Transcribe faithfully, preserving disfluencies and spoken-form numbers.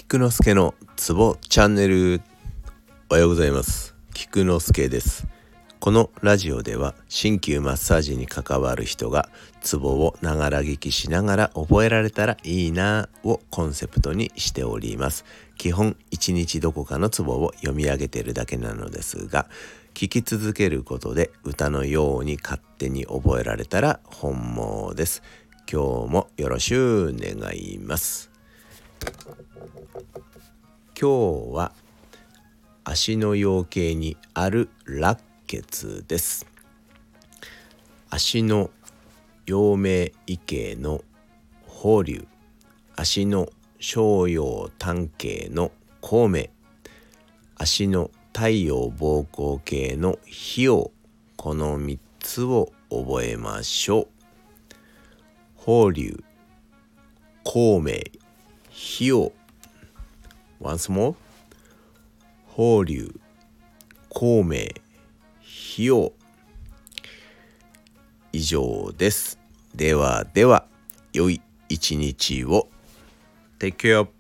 菊之助のツボチャンネル。おはようございます。菊之助です。このラジオでは鍼灸マッサージに関わる人がツボをながら聞きしながら覚えられたらいいなをコンセプトにしております。基本一日どこかのツボを読み上げているだけなのですが、聞き続けることで歌のように勝手に覚えられたら本望です。今日もよろしゅう願います。今日は足の養鶏にある落血です。足の陽明異形の法流、足の小陽短径の孔明、足の太陽膀胱系の費用、このみっつを覚えましょう。法流、孔明、費用。Once more。法流、孔明、費用。以上です。ではでは、良い一日を。Take care.